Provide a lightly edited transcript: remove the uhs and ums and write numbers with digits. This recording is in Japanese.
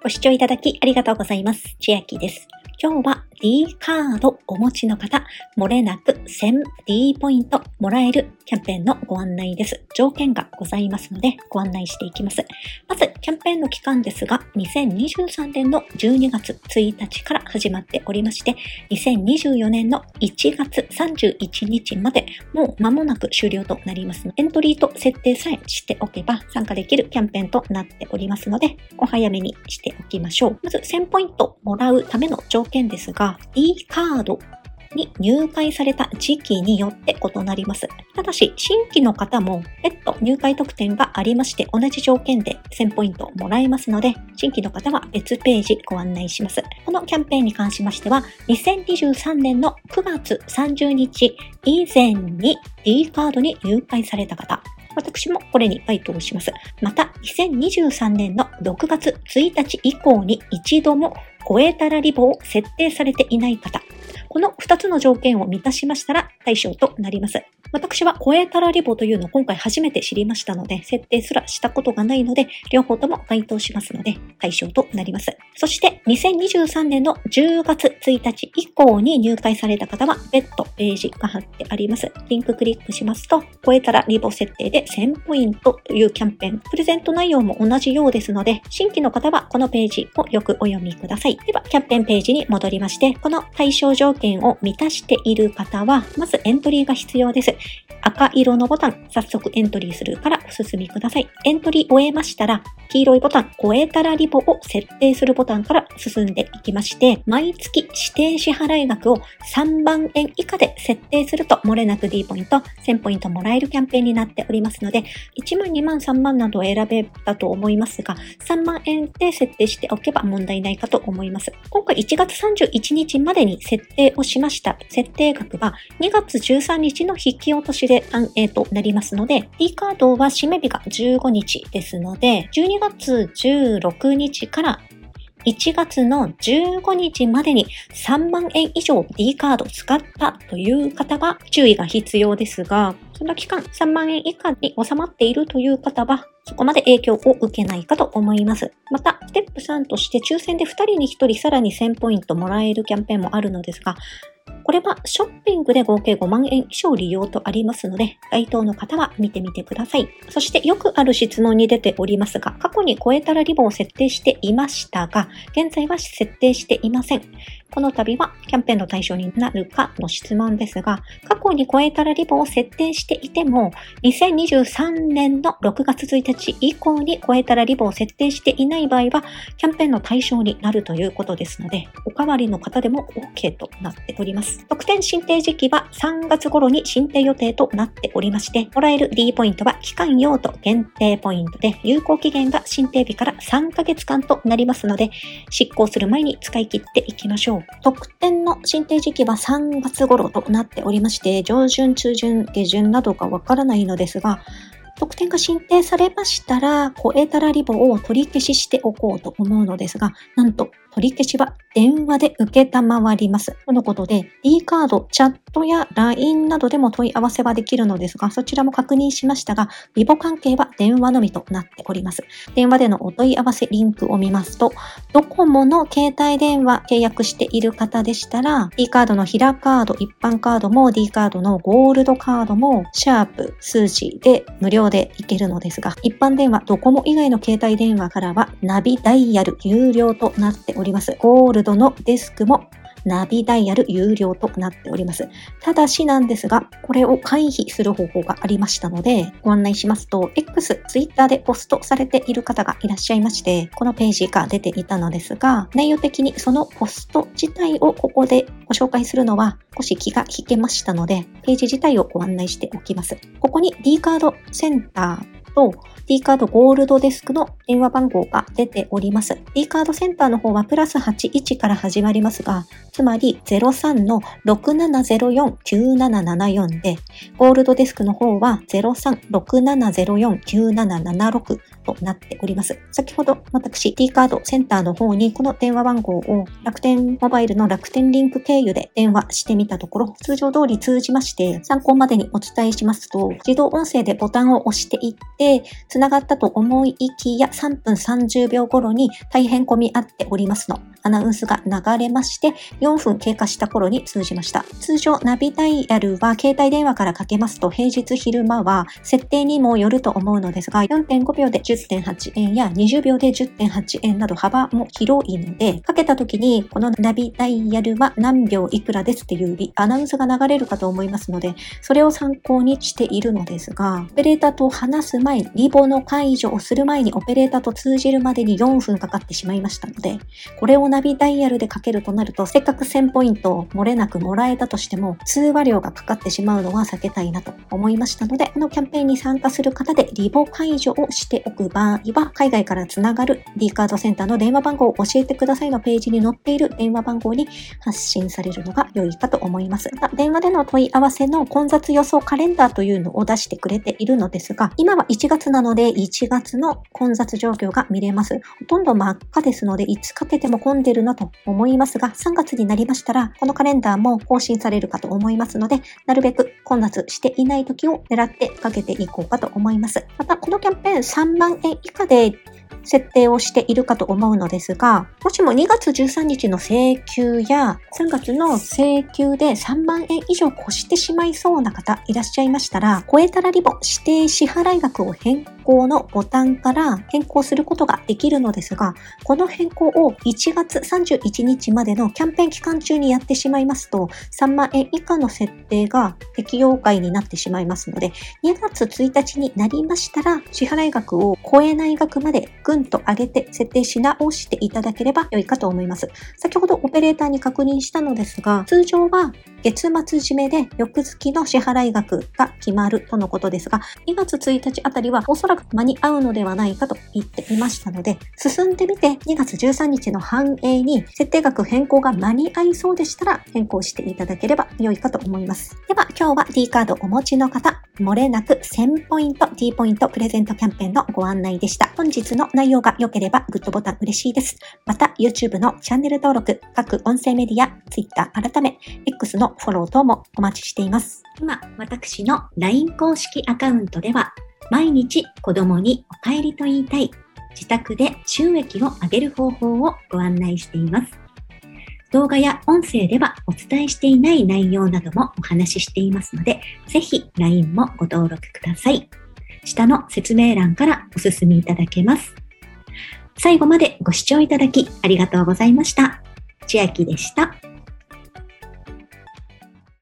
ご視聴いただきありがとうございます。千秋です。今日は D カードお持ちの方、漏れなく 1000D ポイントもらえるキャンペーンのご案内です。条件がございますのでご案内していきます。まず、キャンペーンの期間ですが、2023年の12月1日から始まっておりまして、2024年の1月31日まで、もう間もなく終了となりますので、エントリーと設定さえしておけば参加できるキャンペーンとなっておりますので、お早めにしておきましょう。まず1000ポイントもらうための条件ですが、D カードに入会された時期によって異なります。ただし、新規の方も別途入会特典がありまして、同じ条件で1000ポイントもらえますので、新規の方は別ページご案内します。このキャンペーンに関しましては、2023年の9月30日以前に D カードに入会された方、私もこれに該当します。また、2023年の6月1日以降に一度も超えたらリボを設定されていない方、この2つの条件を満たしましたら対象となります。私は超えたらリボというのを今回初めて知りましたので、設定すらしたことがないので、両方とも該当しますので対象となります。そして2023年の10月1日以降に入会された方は別途ページが貼ってあります。リンククリックしますと、超えたらリボ設定で1000ポイントというキャンペーン、プレゼント内容も同じようですので、新規の方はこのページをよくお読みください。では、キャンペーンページに戻りまして、この対象条件を満たしている方は、まずエントリーが必要です。赤色のボタン、早速エントリーするからお進みください。エントリー終えましたら、黄色いボタン、超えたらリボを設定するボタンから進んでいきまして、毎月指定支払い額を3万円以下で設定すると、漏れなく D ポイント、1000ポイントもらえるキャンペーンになっておりますので、1万、2万、3万などを選べたと思いますが、3万円で設定しておけば問題ないかと思います。今回1月31日までに設定をしました。設定額は2月13日の引き落としで反映となりますので、D カードは締め日が15日ですので、12月16日から1月の15日までに3万円以上 D カード使ったという方は注意が必要ですが、その期間3万円以下に収まっているという方はそこまで影響を受けないかと思います。また、ステップ3として抽選で2人に1人さらに1000ポイントもらえるキャンペーンもあるのですが、これはショッピングで合計5万円以上利用とありますので、該当の方は見てみてください。そしてよくある質問に出ておりますが、過去に超えたらリボンを設定していましたが、現在は設定していません。この度はキャンペーンの対象になるかの質問ですが、過去に超えたらリボンを設定していても、2023年の6月1日以降に超えたらリボンを設定していない場合は、キャンペーンの対象になるということですので、おかわりの方でも OK となっております。特典申請時期は3月頃に申請予定となっておりまして、もらえる D ポイントは期間用途限定ポイントで、有効期限が申請日から3ヶ月間となりますので、執行する前に使い切っていきましょう。特典の申請時期は3月頃となっておりまして、上旬、中旬、下旬などがわからないのですが、特典が申請されましたら、超えたらリボを取り消ししておこうと思うのですが、なんと取り消しは電話で受けたまわります。とのことで、D カード、チャットや LINE などでも問い合わせはできるのですが、そちらも確認しましたが、リボ関係は電話のみとなっております。電話でのお問い合わせリンクを見ますと、ドコモの携帯電話契約している方でしたら、D カードのヒラカード、一般カードも D カードのゴールドカードも、シャープ、数字で無料でいけるのですが、一般電話、ドコモ以外の携帯電話からはナビダイヤル有料となっております。ゴールドのデスクもナビダイヤル有料となっております。ただしなんですが、これを回避する方法がありましたので、ご案内しますと、Twitter でポストされている方がいらっしゃいまして、このページが出ていたのですが、内容的にそのポスト自体をここでご紹介するのは少し気が引けましたので、ページ自体をご案内しておきます。ここに D カードセンターと D カードゴールドデスクの電話番号が出ております。D カードセンターの方はプラス81から始まりますが、つまり 03-6704-9774 で、ゴールドデスクの方は 03-6704-9776 となっております。先ほど私 D カードセンターの方にこの電話番号を楽天モバイルの楽天リンク経由で電話してみたところ、通常通り通じまして、参考までにお伝えしますと、自動音声でボタンを押していってて繋がったと思いきや3分30秒頃に大変混み合っておりますのアナウンスが流れまして4分経過した頃に通じました。通常ナビダイヤルは携帯電話からかけますと平日昼間は設定にもよると思うのですが 4.5 秒で 10.8 円や20秒で 10.8 円など幅も広いのでかけた時にこのナビダイヤルは何秒いくらですっていうアナウンスが流れるかと思いますのでそれを参考にしているのですがオペレーターと話す前にリボの解除をする前にオペレーターと通じるまでに4分かかってしまいましたのでこれをナビダイヤルでかけるとなるとせっかく1000ポイントを漏れなくもらえたとしても通話料がかかってしまうのは避けたいなと思いましたのでこのキャンペーンに参加する方でリボ解除をしておく場合は海外からつながる D カードセンターの電話番号を教えてくださいのページに載っている電話番号に発信されるのが良いかと思います。電話での問い合わせの混雑予想カレンダーというのを出してくれているのですが今は1月なので1月の混雑状況が見れます。ほとんど真っ赤ですのでいつかけても混んでるなと思いますが3月になりましたらこのカレンダーも更新されるかと思いますのでなるべく混雑していない時を狙ってかけていこうかと思います。またこのキャンペーン3万円以下で設定をしているかと思うのですが、もしも2月13日の請求や3月の請求で3万円以上越してしまいそうな方いらっしゃいましたら、超えたらリボ指定支払額を変更のボタンから変更することができるのですが、この変更を1月31日までのキャンペーン期間中にやってしまいますと、3万円以下の設定が適用外になってしまいますので、2月1日になりましたら、支払額を超えない額までぐんと上げて設定し直していただければ良いかと思います。先ほどオペレーターに確認したのですが、通常は月末締めで翌月の支払い額が決まるとのことですが、2月1日あたりはおそらく間に合うのではないかと言っていましたので、進んでみて2月13日の反映に設定額変更が間に合いそうでしたら変更していただければ良いかと思います。では今日は D カードお持ちの方、漏れなく1000ポイント D ポイントプレゼントキャンペーンのご案内でした。本日の内容が良ければグッドボタン嬉しいです。また YouTube のチャンネル登録、各音声メディア、Twitter 改め X のフォロー等もお待ちしています。今、私の LINE 公式アカウントでは毎日子供にお帰りと言いたい自宅で収益を上げる方法をご案内しています。動画や音声ではお伝えしていない内容などもお話ししていますので、ぜひ LINE もご登録ください。下の説明欄からお進みいただけます。最後までご視聴いただきありがとうございました。千秋でした。